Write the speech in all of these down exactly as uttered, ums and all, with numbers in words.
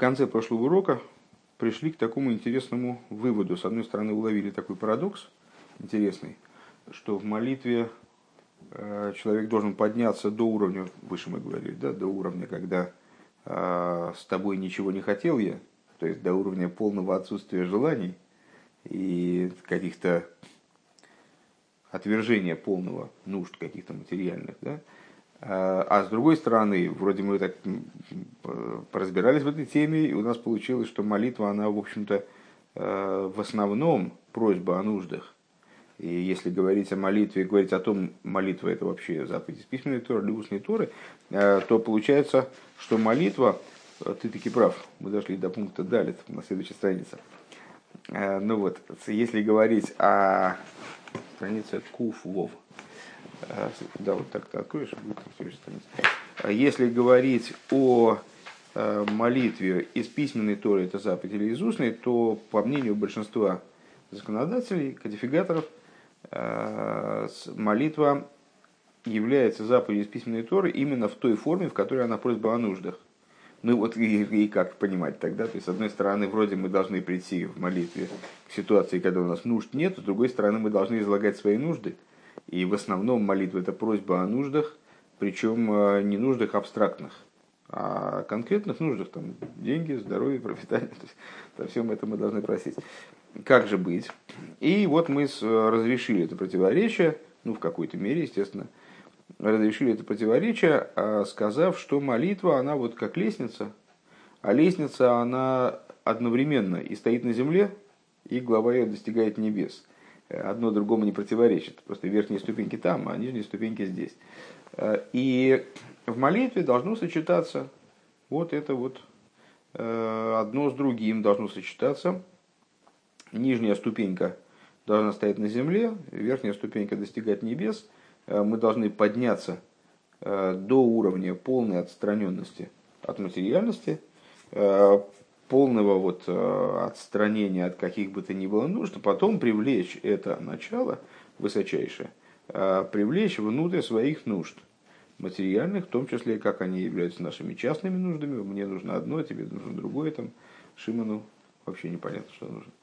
конце прошлого урока пришли к такому интересному выводу. С одной стороны, уловили такой парадокс интересный, что в молитве человек должен подняться до уровня, выше мы говорили, да, до уровня, когда э, с тобой ничего не хотел я, то есть до уровня полного отсутствия желаний и каких-то отвержения полного нужд каких-то материальных, да. А с другой стороны, вроде мы так поразбирались в этой теме, и у нас получилось, что молитва, она, в общем-то, в основном просьба о нуждах. И если говорить о молитве, говорить о том, молитва это вообще заповедь из письменной Торы или устной Торы, то получается, что молитва, ты таки прав, мы дошли до пункта далит на следующей странице. Ну вот, если говорить о странице Куф Вов, да, вот так ты откроешь, будет следующая страница. Если говорить о молитве из письменной Торы, это заповедь или из устной, то, по мнению большинства законодателей, кодификаторов, молитва является заповедью из письменной Торы именно в той форме, в которой она просьба о нуждах. Ну вот и, и как понимать тогда? То есть, с одной стороны, вроде мы должны прийти в молитве к ситуации, когда у нас нужд нет, с другой стороны, мы должны излагать свои нужды. И в основном молитва это просьба о нуждах, причем не нуждах абстрактных, а конкретных нуждах, там, деньги, здоровье, пропитание, то есть, во всем этом мы должны просить. Как же быть? И вот мы разрешили это противоречие, ну в какой-то мере, естественно, разрешили это противоречие, сказав, что молитва, она вот как лестница, а лестница, она одновременно и стоит на земле, и глава ее достигает небес. Одно другому не противоречит, просто верхние ступеньки там, а нижние ступеньки здесь. И в молитве должно сочетаться вот это вот, одно с другим должно сочетаться. Нижняя ступенька должна стоять на земле, верхняя ступенька достигать небес. Мы должны подняться до уровня полной отстраненности от материальности, полного вот отстранения от каких бы то ни было нужд, а потом привлечь это начало высочайшее, привлечь внутрь своих нужд материальных, в том числе, как они являются нашими частными нуждами. Мне нужно одно, тебе нужно другое, там, Шимону вообще непонятно, что нужно.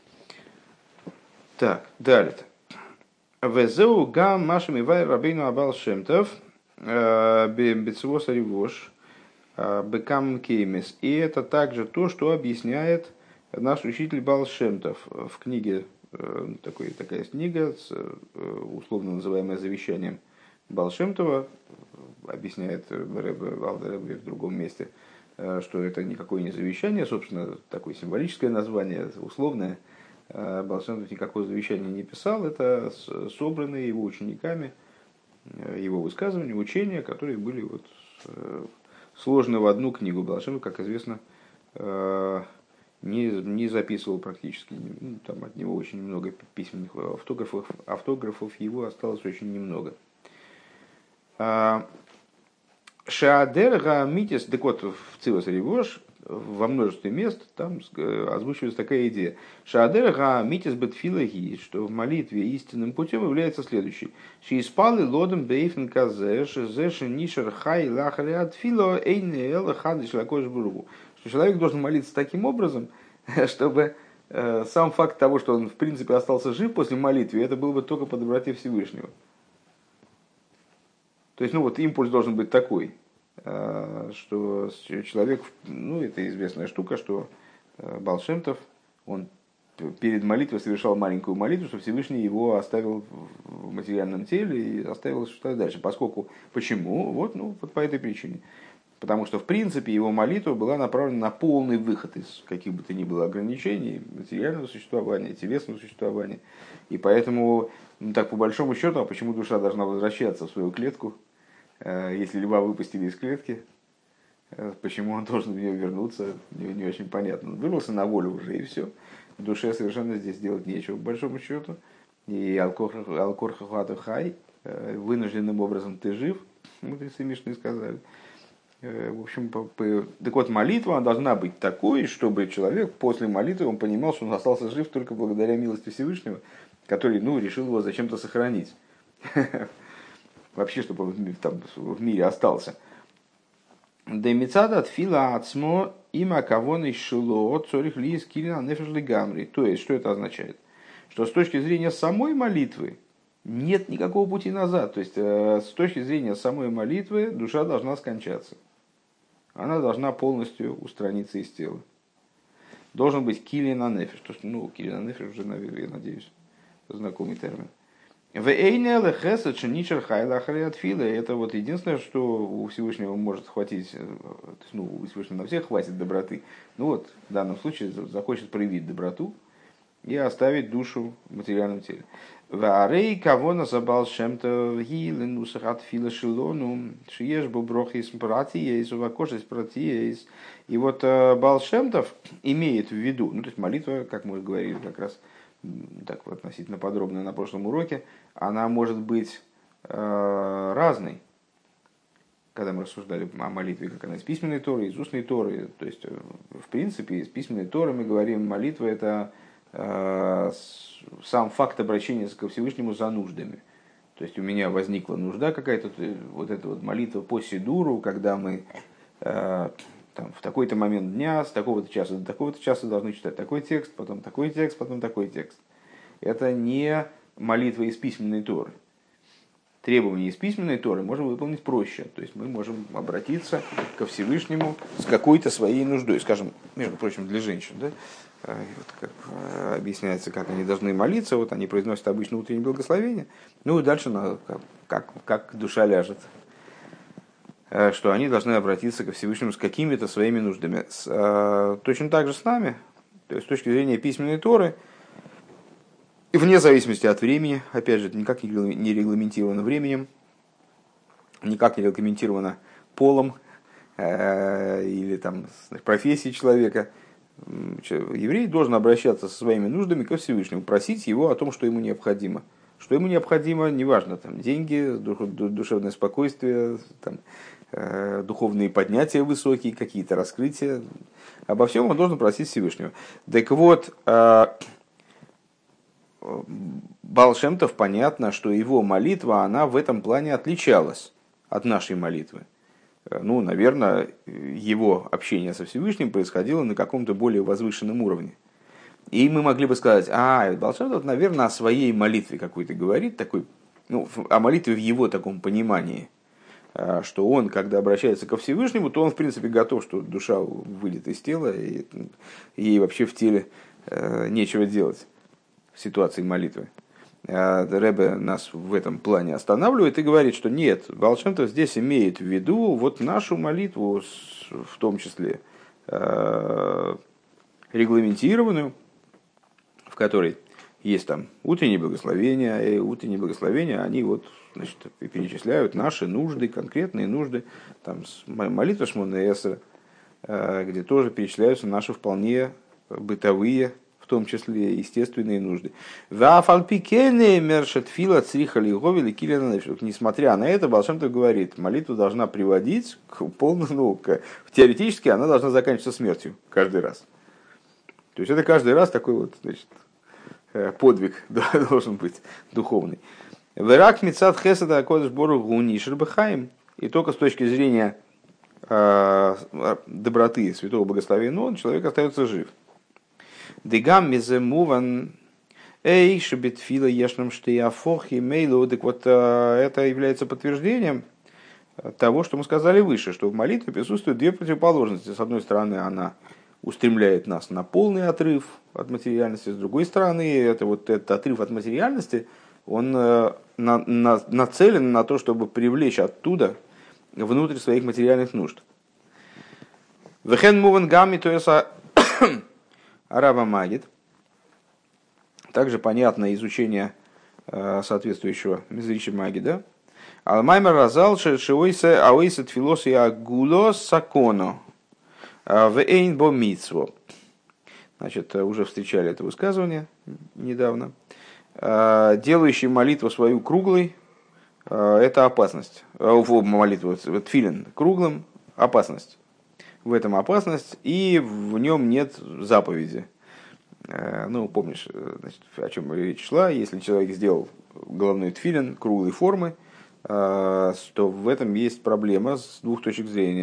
Так, далее. Везеу гам машами вай рабейну абал шемтов бецвос аривош бекам кеймес. И это также то, что объясняет наш учитель Баал Шем Тов в книге, такой, такая книга, условно называемая «Завещанием Баал Шем Това», объясняет Ребе в другом месте, что это никакое не завещание, собственно, такое символическое название, условное. Баал Шем Тов никакого завещания не писал, это собранные его учениками, его высказывания, учения, которые были вот сложены в одну книгу. Баал Шем Тов, как известно, не, не записывал практически, там от него очень много письменных автографов, автографов его осталось очень немного. Шаадер Митис, так вот, в Цивас Ревош, во множестве мест, там озвучивается такая идея. Шаадер Митис Бетфилаги, что в молитве истинным путем является следующий. Шииспалы лодом бейфен казеш, зеши нишер хай лахариат фило эйнел хадиш лакош бургу. Что человек должен молиться таким образом, чтобы сам факт того, что он в принципе остался жив после молитвы, это было бы только по доброте Всевышнего. То есть, ну вот импульс должен быть такой, что человек, ну это известная штука, что Баал Шем Тов, он перед молитвой совершал маленькую молитву, что Всевышний его оставил в материальном теле и оставил что-то дальше. Поскольку, почему? Вот, ну, вот по этой причине. Потому что, в принципе, его молитва была направлена на полный выход из каких бы то ни было ограничений материального существования, телесного существования. И поэтому, ну, так по большому счету, а почему душа должна возвращаться в свою клетку, если льва выпустили из клетки, почему он должен в нее вернуться, не, не очень понятно. Он вырвался на волю уже, и все. Душе совершенно здесь делать нечего, по большому счету. И алкор хай, вынужденным образом ты жив, мудрецы Мишны сказали. В общем, так вот, молитва она должна быть такой, чтобы человек после молитвы он понимал, что он остался жив только благодаря милости Всевышнего, который, ну, решил его зачем-то сохранить. Вообще, чтобы он там в мире остался. Демицада тфила ацмо Има кавон и шило цорих ли скилина нефешли гамри. То есть, что это означает? Что с точки зрения самой молитвы нет никакого пути назад. То есть, с точки зрения самой молитвы душа должна скончаться. Она должна полностью устраниться из тела. Должен быть килина нефеш. То, что, ну, килина нефеш уже, я надеюсь, знакомый термин. Это вот единственное, что у Всевышнего может хватить, ну, у Всевышнего на всех хватит доброты. Ну вот, в данном случае захочет проявить доброту и оставить душу в материальном теле. Варей кого назабал чем-то гиленусах от фила шилону шиеш буброхис пратиес увакошис пратиес. И вот Балшемтов имеет в виду, ну то есть молитва, как мы говорили как раз так вот относительно подробно на прошлом уроке, она может быть э, разной. Когда мы рассуждали о молитве, как она из письменной Торы, из устной Торы, то есть в принципе из письменной Торы мы говорим, молитва это э, сам факт обращения ко Всевышнему за нуждами. То есть у меня возникла нужда какая-то, вот эта вот молитва по сидуру, когда мы э, там, в такой-то момент дня, с такого-то часа до такого-то часа должны читать такой текст, потом такой текст, потом такой текст. Это не молитва из письменной Торы. Требования из письменной Торы можно выполнить проще. То есть мы можем обратиться ко Всевышнему с какой-то своей нуждой. Скажем, между прочим, для женщин. Да? Вот как объясняется, как они должны молиться. Вот они произносят обычно утреннее благословение. Ну и дальше на, как, как душа ляжет. Что они должны обратиться ко Всевышнему с какими-то своими нуждами. С, точно так же с нами, то есть с точки зрения письменной Торы, и вне зависимости от времени, опять же, это никак не регламентировано временем, никак не регламентировано полом э, или там, профессией человека. Еврей должен обращаться со своими нуждами ко Всевышнему, просить его о том, что ему необходимо. Что ему необходимо, неважно, там, деньги, душевное спокойствие, там, э, духовные поднятия высокие, какие-то раскрытия. Обо всем он должен просить Всевышнего. Так вот, э, Баал Шем Тов, понятно, что его молитва, она в этом плане отличалась от нашей молитвы. Ну, наверное, его общение со Всевышним происходило на каком-то более возвышенном уровне. И мы могли бы сказать, а, Баал Шем Тов, наверное, о своей молитве какой-то говорит, такой, ну, о молитве в его таком понимании, что он, когда обращается ко Всевышнему, то он, в принципе, готов, что душа выйдет из тела, и ей вообще в теле нечего делать в ситуации молитвы. Ребе нас в этом плане останавливает и говорит, что нет, Баал Шем Тов здесь имеет в виду вот нашу молитву, в том числе регламентированную, в которой есть там утренние благословения, и утренние благословения, они вот, значит, перечисляют наши нужды, конкретные нужды, там молитва Шмона Эсра, где тоже перечисляются наши вполне бытовые, в том числе естественные нужды. Несмотря на это, Баал Шем Тов говорит, молитва должна приводить к полному, ну, к, теоретически она должна заканчиваться смертью каждый раз. То есть это каждый раз такой вот, значит, подвиг должен быть духовный. Верак мицат хесада кодеш бору гунишер бхаим. И только с точки зрения э, доброты святого благословения он человек остается жив. Дегам миземуван эй шебетфила ешнам штеяфохи мейлу. Так вот, это является подтверждением того, что мы сказали выше, что в молитве присутствуют две противоположности. С одной стороны, она устремляет нас на полный отрыв от материальности, с другой стороны, это вот этот отрыв от материальности, он на, на, нацелен на то, чтобы привлечь оттуда внутрь своих материальных нужд. Вехен муван гамми тоеса араба магид. Также понятно изучение соответствующего мизричи магида. Алмаймер разал шеойсе аойсе тфилос и агулос саконо. В Эйнбо Митсво. Значит, уже встречали это высказывание недавно. Делающий молитву свою круглой – это опасность. Молитву тфилин круглым – опасность. В этом опасность, и в нем нет заповеди. Ну, помнишь, значит, о чем речь шла. Если человек сделал головной тфилин круглой формы, то в этом есть проблема с двух точек зрения.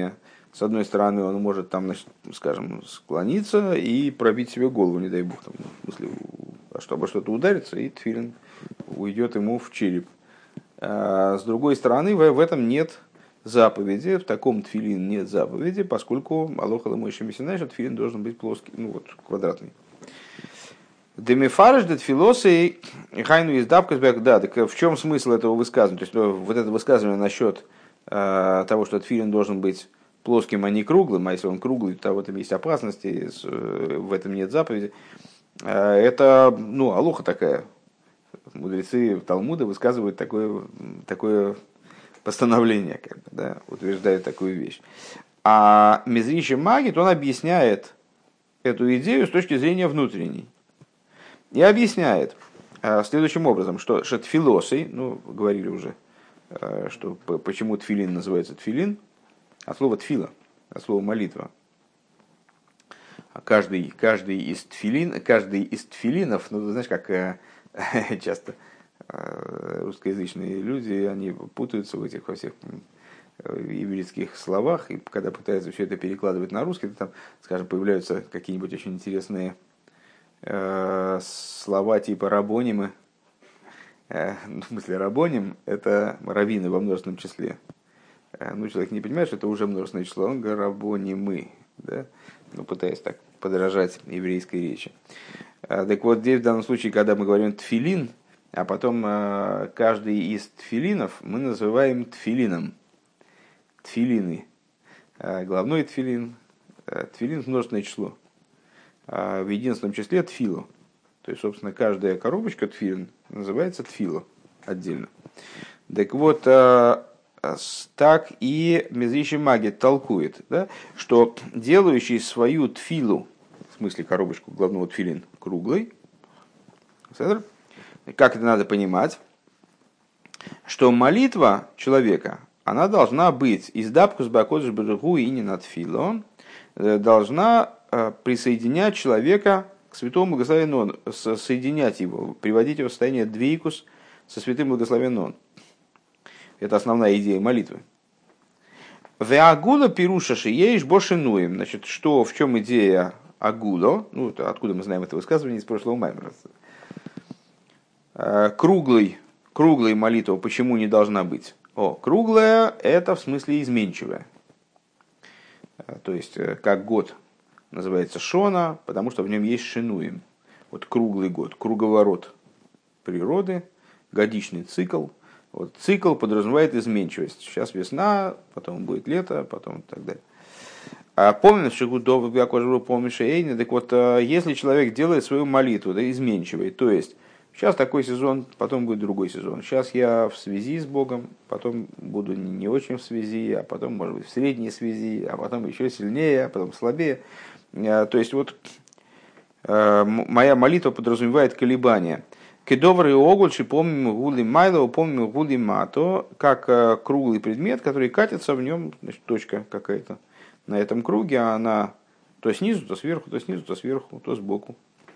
С одной стороны, он может там, значит, скажем, склониться и пробить себе голову, не дай бог, там, в смысле, чтобы что-то удариться, и тфилин уйдет ему в череп. А с другой стороны, в, в этом нет заповеди, в таком тфилин нет заповеди, поскольку Алоха Ламойши Мессинай, что тфилин должен быть плоский, ну вот, квадратный. Демифарыш детфилосы хайну из дабкасбек. Да, так в чем смысл этого высказывания? То есть вот это высказывание насчет э, того, что тфилин должен быть плоским, а не круглым, а если он круглый, то в этом есть опасности, в этом нет заповеди. Э, это, ну, алоха такая. Мудрецы Талмуда высказывают такое, такое постановление, как бы, да, утверждают такую вещь. А Мизриши Магит, он объясняет эту идею с точки зрения внутренней. И объясняет э, следующим образом, что тфилосой, ну, говорили уже, э, что почему тфилин называется тфилин, от слова тфила, от слова молитва. А каждый, каждый из тфилин, каждый из тфилинов, ну, ты знаешь, как э, часто э, русскоязычные люди, они путаются в этих во всех еврейских словах, и когда пытаются все это перекладывать на русский, то там, скажем, появляются какие-нибудь очень интересные слова типа рабонимы, в смысле рабоним, это раввины во множественном числе. Ну, человек не понимает, что это уже множественное число, он говорит рабонимы, да? Ну, пытаясь так подражать еврейской речи. Так вот, здесь в данном случае, когда мы говорим тфилин, а потом каждый из тфилинов мы называем тфилином, тфилины. Главной тфилин, тфилин множественное число. В единственном числе тфилу. То есть, собственно, каждая коробочка тфилин называется тфилу отдельно. Так вот, так и Мизриши Магит толкует, да, что делающий свою тфилу, в смысле коробочку главного тфилин, круглой, как это надо понимать, что молитва человека, она должна быть из дабкус бакодж бадуху и не над тфилон, должна присоединять человека к святому благословенному, соединять его, приводить его в состояние двейкус со святым благословенным. Это основная идея молитвы. Веагула пируша шиеиш бошинуем. Значит, что, в чем идея агуло? Ну, откуда мы знаем это высказывание из прошлого маймера? Круглый, круглая молитва почему не должна быть? О, круглая – это в смысле изменчивая. То есть, как год называется шона, потому что в нем есть шинуем. Вот круглый год, круговорот природы, годичный цикл. Вот цикл подразумевает изменчивость. Сейчас весна, потом будет лето, потом и так далее. А помнишь, что Гудов, я кожу помнишь, Эйни, так вот, если человек делает свою молитву, да, изменчивой, то есть сейчас такой сезон, потом будет другой сезон. Сейчас я в связи с Богом, потом буду не очень в связи, а потом, может быть, в средней связи, а потом еще сильнее, а потом слабее. То есть вот моя молитва подразумевает колебания. Кедовры огульши помним гули майло, помним гули мато, как круглый предмет, который катится в нем, значит, точка какая-то на этом круге, а она то снизу, то сверху, то снизу, то сверху, то сбоку.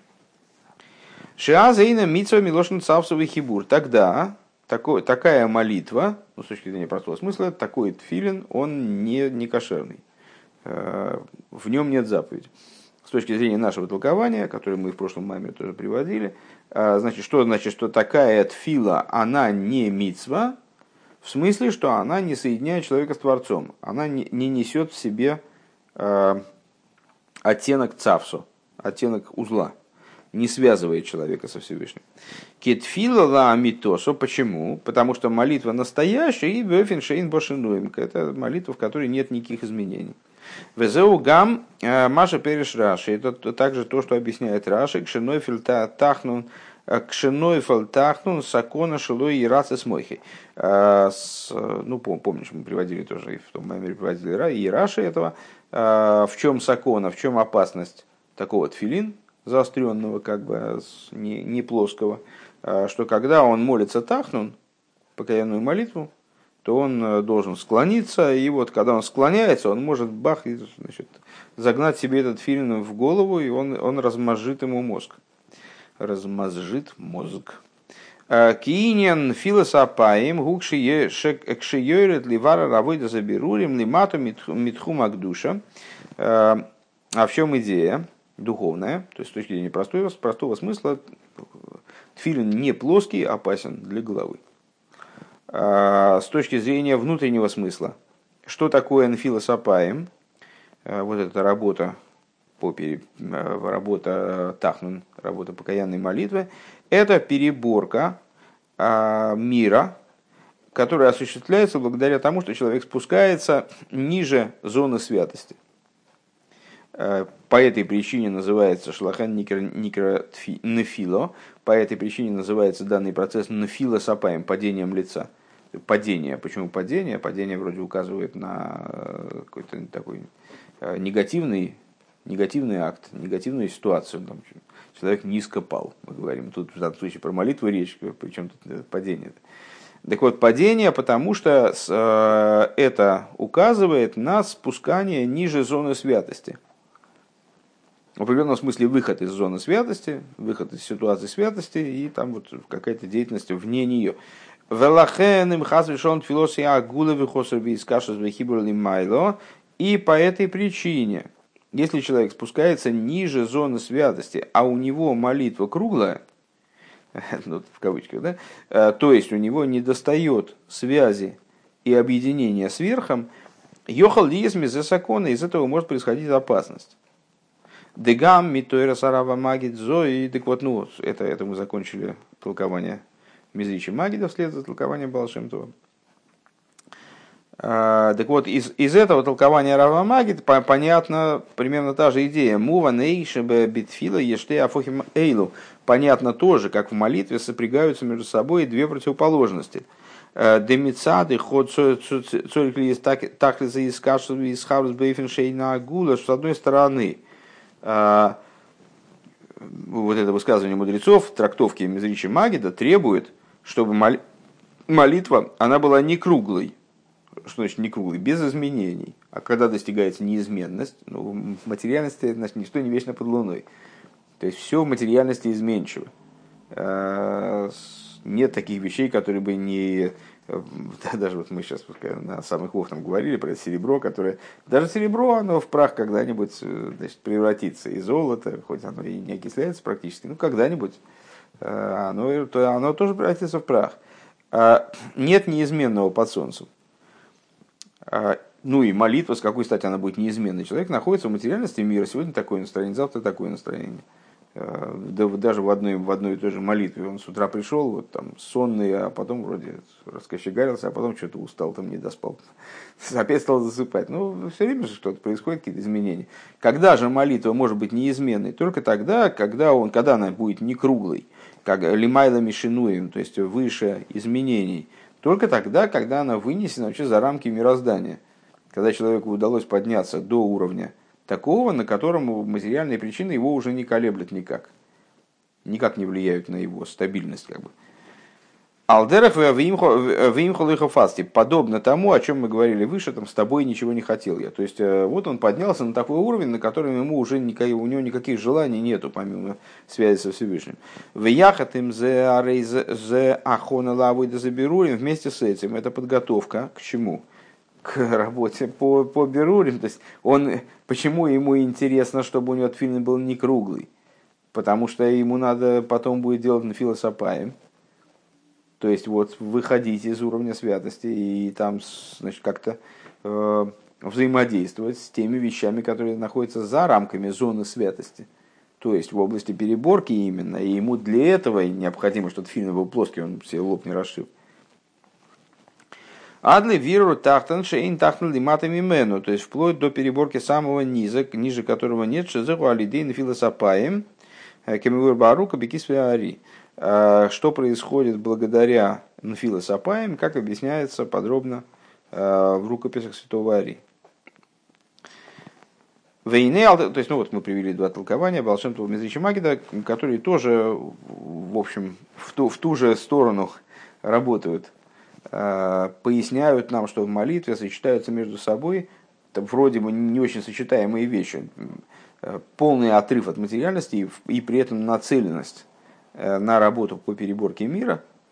Шиазаина митсва милошин цавсовый хибур. Тогда такой, такая молитва, ну, с точки зрения простого смысла, такой тфилин, он не, не кошерный. В нем нет заповеди. С точки зрения нашего толкования, которое мы в прошлом маме тоже приводили, значит, что значит, что такая тфила, она не мицва, в смысле, что она не соединяет человека с Творцом, она не, не несет в себе э, оттенок цавсу, оттенок узла, не связывает человека со Всевышним. Кетфила ла амитосо, почему? Потому что молитва настоящая и бёфин шейн бошинуем, это молитва, в которой нет никаких изменений. Везеу гам Маша переш Раши. Это также то, что объясняет Раши. Кшенойфель тахнун, кшенойфель тахнун, сакона шилой и рацис мойхи. Ну, помнишь, мы приводили тоже, в том момент приводили и Раши этого. В чем сакона, в чем опасность такого тфилин, заостренного, как бы, не, не плоского, что когда он молится тахнун, покаянную молитву, то он должен склониться, и вот когда он склоняется, он может бах, и, значит, загнать себе этот тфилин в голову, и он, он размозжит ему мозг. Размозжит мозг. Киинен филосапаем гукши экшиёрет ливара равойда заберурим лимату митхум агдуша. А в чем идея духовная? То есть с точки зрения простого, простого смысла, тфилин не плоский, опасен для головы. А с точки зрения внутреннего смысла, что такое нфилосапаем? Вот эта работа по пере... работа тахнун, работа покаянной молитвы, это переборка а, мира, которая осуществляется благодаря тому, что человек спускается ниже зоны святости. А, по этой причине называется шлахан никра нефило, по этой причине называется данный процесс нефилосапаем, падением лица. Падение. Почему падение? Падение вроде указывает на какой-то такой негативный, негативный акт, негативную ситуацию. Там, человек низко пал, мы говорим. Тут в данном случае про молитву речь, причем тут падение. Так вот, падение, потому что это указывает на спускание ниже зоны святости. В определенном смысле выход из зоны святости, выход из ситуации святости, и там вот какая-то деятельность вне нее. И по этой причине, если человек спускается ниже зоны святости, а у него молитва круглая, ну, в кавычках, да, то есть у него недостает связи и объединения с верхом, йохал лизми за закона, из этого может происходить опасность. Дегам митойра сарава магид зои, так вот, ну, это, это мы закончили толкование Мизричи Магида вслед за толкованием Баал Шем Това. А, так вот, из, из этого толкования Рава Магид понятна примерно та же идея. Мува нейшебе битфила еште афохим эйлу. Понятно тоже, как в молитве сопрягаются между собой две противоположности. Демицады ход цорикли такли за искашу из харус бейфеншейна агула, что с одной стороны вот это высказывание мудрецов, трактовки Мизричи Магида требует, чтобы молитва, она была не круглой. Что значит не круглой? Без изменений. А когда достигается неизменность, ну, в материальности, значит, ничто не вечно под луной. То есть все в материальности изменчиво. Нет таких вещей, которые бы не... Даже вот мы сейчас на самых вов там говорили про серебро, которое... Даже серебро, оно в прах когда-нибудь, значит, превратится. И золото, хоть оно и не окисляется практически, ну когда-нибудь оно, оно тоже превратится в прах. Нет неизменного под солнцем. Ну и молитва, с какой стати она будет неизменной? Человек находится в материальности мира. Сегодня такое настроение, завтра такое настроение. Даже в одной, в одной и той же молитве он с утра пришел, вот там сонный, а потом вроде раскочегарился, а потом что-то устал, там не доспал. Опять стал засыпать. Ну, все время же что-то происходит, какие-то изменения. Когда же молитва может быть неизменной? Только тогда, когда, он, когда она будет не круглой, как лимайла мишинуем, то есть выше изменений. Только тогда, когда она вынесена вообще за рамки мироздания. Когда человеку удалось подняться до уровня такого, на котором материальные причины его уже не колеблют никак. Никак не влияют на его стабильность. Как бы. Алдерах вимхолихофасти. Подобно тому, о чем мы говорили выше, там, с тобой ничего не хотел я. То есть, вот он поднялся на такой уровень, на котором ему уже никак, у него никаких желаний нету, помимо связи со Всевышним. Вяхатым зе ахона лавой да заберурим. Вместе с этим это подготовка к чему? К работе по, по берурим. То есть он, почему ему интересно, чтобы у него тфилин был не круглый? Потому что ему надо потом будет делать нефилосапаем. То есть вот выходить из уровня святости и там, значит, как-то э, взаимодействовать с теми вещами, которые находятся за рамками зоны святости. То есть в области переборки именно. И ему для этого необходимо, чтобы тфилин был плоский, он себе лоб не расшиб. Адли виру тахтан шейн тахтан лиматами мену, то есть вплоть до переборки самого низа, ниже которого нет шезеху алидейн филосапаем кемивур барука бекисве ари. Что происходит благодаря нфилосапаем, как объясняется подробно в рукописях святого Ари. Вейнеал, то есть, ну вот мы привели два толкования Баал Шем Това Мизричи Магида, которые тоже, в общем, в ту, в ту же сторону работают. Поясняют нам, что в молитве сочетаются между собой вроде бы не очень сочетаемые вещи. Полный отрыв от материальности и, и при этом нацеленность на работу по переборке мира,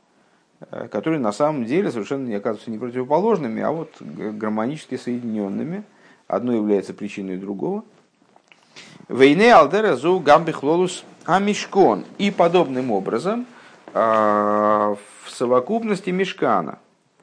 которые на самом деле совершенно не оказываются не противоположными, а вот гармонически соединенными. Одно является причиной другого. Вейне алдера зу гамбих лолус амишкон. И подобным образом в совокупности мишкана.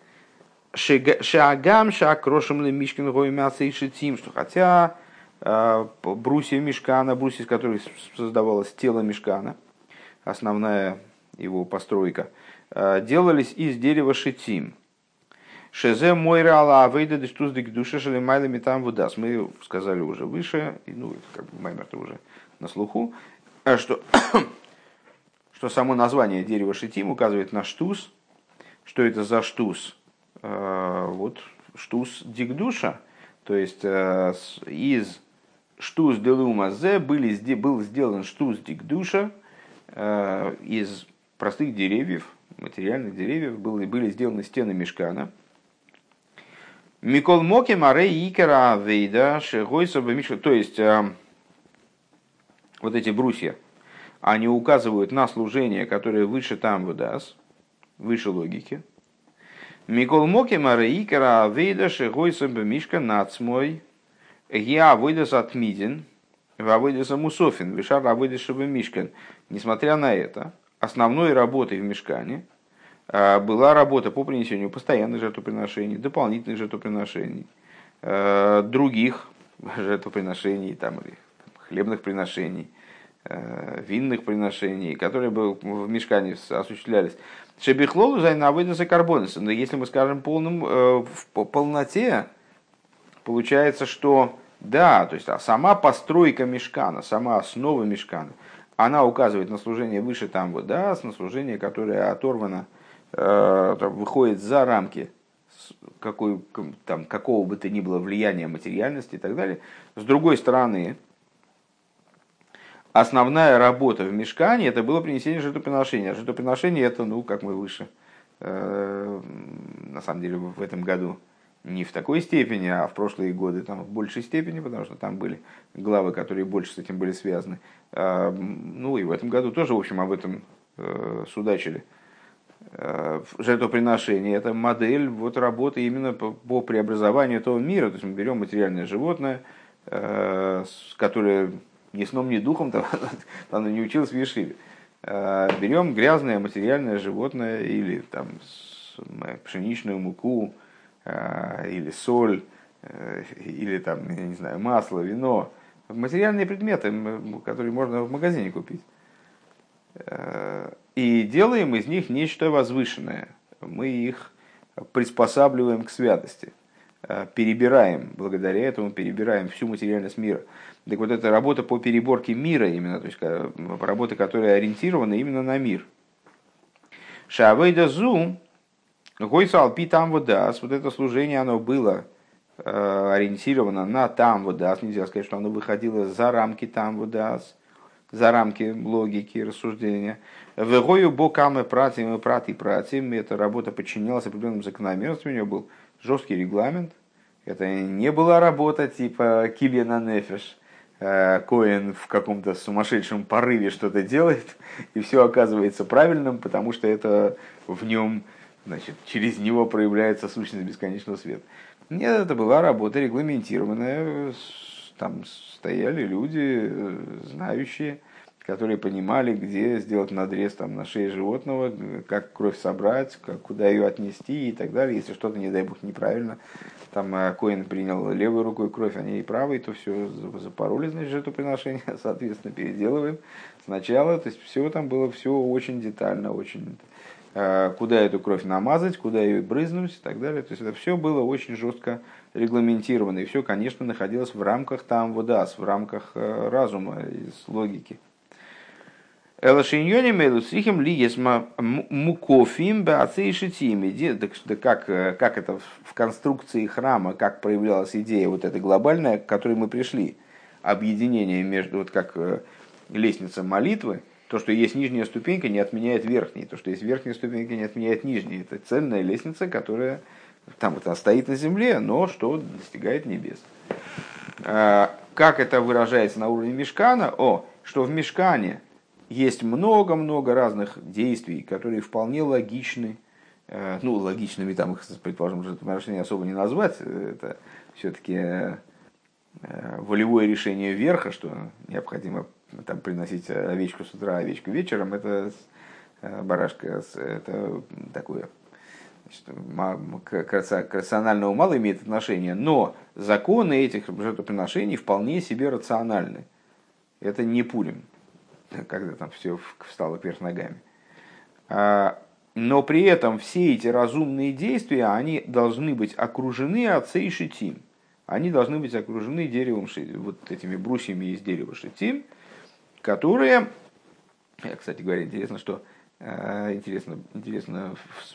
Шагам шакрошим ли мишкин гоймяца и шитим, что хотя брусья мишкана, брусья, из которых создавалось тело мишкана, основная его постройка, делались из дерева шитим. Шезе мойра ала авейда дештуздик душа шалимайлами там вудас. Мы сказали уже выше, ну, как бы маймер-то уже на слуху, что, что само название дерева шитим указывает на штус. Что это за штус? Вот штус дикдуша, то есть из штус делума зе были, был сделан штус дикдуша из простых деревьев, материальных деревьев, были, были сделаны стены мишкана. Микол моки марей икера авейда шегойса бамишка. То есть вот эти брусья, они указывают на служение, которое выше там выдаст, выше логики. Микол моки марей икера авейда шегойса бамишка нацмой. Я выйдас отмиден, выйдас мусофин, вишар выйдас мишкан. Несмотря на это, основной работой в мишкане была работа по принесению постоянных жертвоприношений, дополнительных жертвоприношений, других жертвоприношений, там, или хлебных приношений, винных приношений, которые в мишкане осуществлялись. Шебихлолу зайнавыдаса карбонеса. Но если мы скажем полным, в полноте, получается, что да, то есть сама постройка мишкана, сама основа мишкана, она указывает на служение выше там вот, да, на служение, которое оторвано, э, выходит за рамки какой, там, какого бы то ни было влияния материальности и так далее. С другой стороны, основная работа в мишкане это было принесение жертвоприношения. Жертвоприношение это, ну, как мы выше, э, на самом деле в этом году не в такой степени, а в прошлые годы там в большей степени, потому что там были главы, которые больше с этим были связаны. Ну и в этом году тоже, в общем, об этом судачили. Жертвоприношение – это модель вот работы именно по, по преобразованию этого мира. То есть мы берем материальное животное, которое ни сном, ни духом там, оно не училось в Ешиве. Берем грязное материальное животное или там пшеничную муку, или соль, или там, я не знаю, масло, вино, материальные предметы, которые можно в магазине купить. И делаем из них нечто возвышенное. Мы их приспосабливаем к святости, перебираем, благодаря этому перебираем всю материальность мира. Так вот, это работа по переборке мира именно, то есть работа, которая ориентирована именно на мир. Шавейда зу Гойсал пи там водас, вот это служение, оно было э, ориентировано на там водас, нельзя сказать, что оно выходило за рамки там водас, за рамки логики, рассуждения. Вегою бокаме пратим и прати пратим, эта работа подчинялась определенным закономерностям, у него был жесткий регламент, это не была работа типа кильяна нефеш, э, Коэн в каком-то сумасшедшем порыве что-то делает, и все оказывается правильным, потому что это в нем... Значит, через него проявляется сущность бесконечного света. Нет, это была работа регламентированная. Там стояли люди, знающие, которые понимали, где сделать надрез там, на шее животного, как кровь собрать, как, куда ее отнести и так далее. Если что-то, не дай бог, неправильно, там Коэн принял левой рукой кровь, а не и правой, то все запороли, значит, жертвоприношение, соответственно, переделываем сначала. То есть все там было все очень детально, очень... куда эту кровь намазать, куда ее брызнуть и так далее. То есть это все было очень жестко регламентировано. И все, конечно, находилось в рамках там водас, в рамках разума, из логики. Элашиньони мейлусрихим ли есма мукофим баацейшитими. Да как, как это в конструкции храма, как проявлялась идея вот эта глобальная, к которой мы пришли. Объединение между, вот как лестница молитвы, то, что есть нижняя ступенька, не отменяет верхней. То, что есть верхняя ступенька, не отменяет нижней. Это цельная лестница, которая там вот, она стоит на земле, но что достигает небес. Как это выражается на уровне мишкана? О, что в мишкане есть много-много разных действий, которые вполне логичны, ну, логичными там их, предположим, жертвоприношения особо не назвать, это все-таки волевое решение верха, что необходимо там приносить овечку с утра, овечку вечером, это барашка, это такое, значит, к рациональному мало имеет отношение, но законы этих жертвоприношений вполне себе рациональны. Это не Пурим, когда там все встало кверх ногами. Но при этом все эти разумные действия, они должны быть окружены отцей шитим. Они должны быть окружены деревом, вот этими брусьями из дерева шитим, которые, кстати говоря, интересно, что интересно, интересно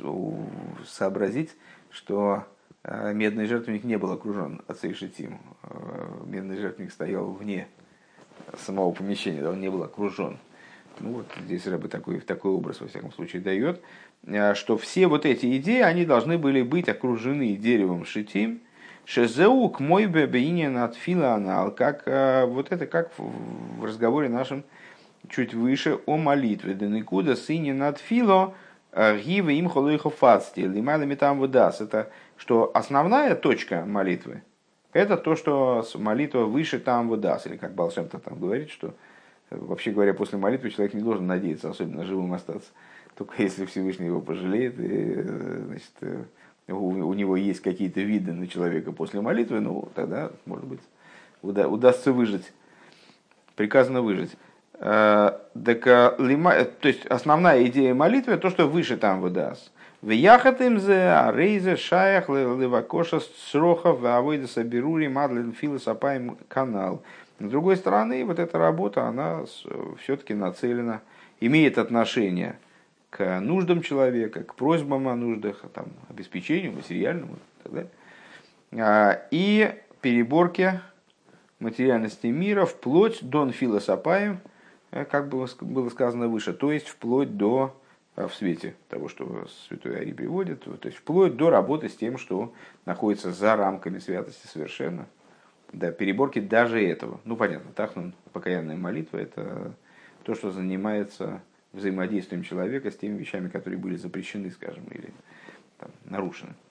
сообразить, что медный жертвенник не был окружен отцей шитим. Медный жертвенник стоял вне самого помещения, он не был окружен. Ну вот здесь Рэбе такой, такой образ, во всяком случае, дает, что все вот эти идеи, они должны были быть окружены деревом шитим, шезеук мой бебеинин от филанал, как вот это как в разговоре нашем чуть выше о молитве. Денекуда сыне над фило гивы им холуихо фацти лималами там выдаст. Это что основная точка молитвы, это то, что молитва выше там выдаст. Или как Баал Шем Тов там говорит, что вообще говоря, после молитвы человек не должен надеяться особенно живым остаться. Только если Всевышний его пожалеет, и, значит, у, у него есть какие-то виды на человека после молитвы, ну, тогда, может быть, уда, удастся выжить. Приказано выжить. Так, то есть, основная идея молитвы, то, что выше там выдаст. В яхатымзе, арейзе, шаях, левакоша, срохов, авойда соберури, мадлен, филосопаем, канал. С другой стороны, вот эта работа, она все-таки нацелена, имеет отношение к нуждам человека, к просьбам о нуждах, там, обеспечению материальному и так далее. И переборке материальности мира вплоть до филосопаем, как было сказано выше, то есть вплоть до, в свете того, что святой Ари приводит, то есть вплоть до работы с тем, что находится за рамками святости совершенно. Да, переборки даже этого. Ну, понятно, тахнун, покаянная молитва, это то, что занимается взаимодействием человека с теми вещами, которые были запрещены, скажем, или там, нарушены.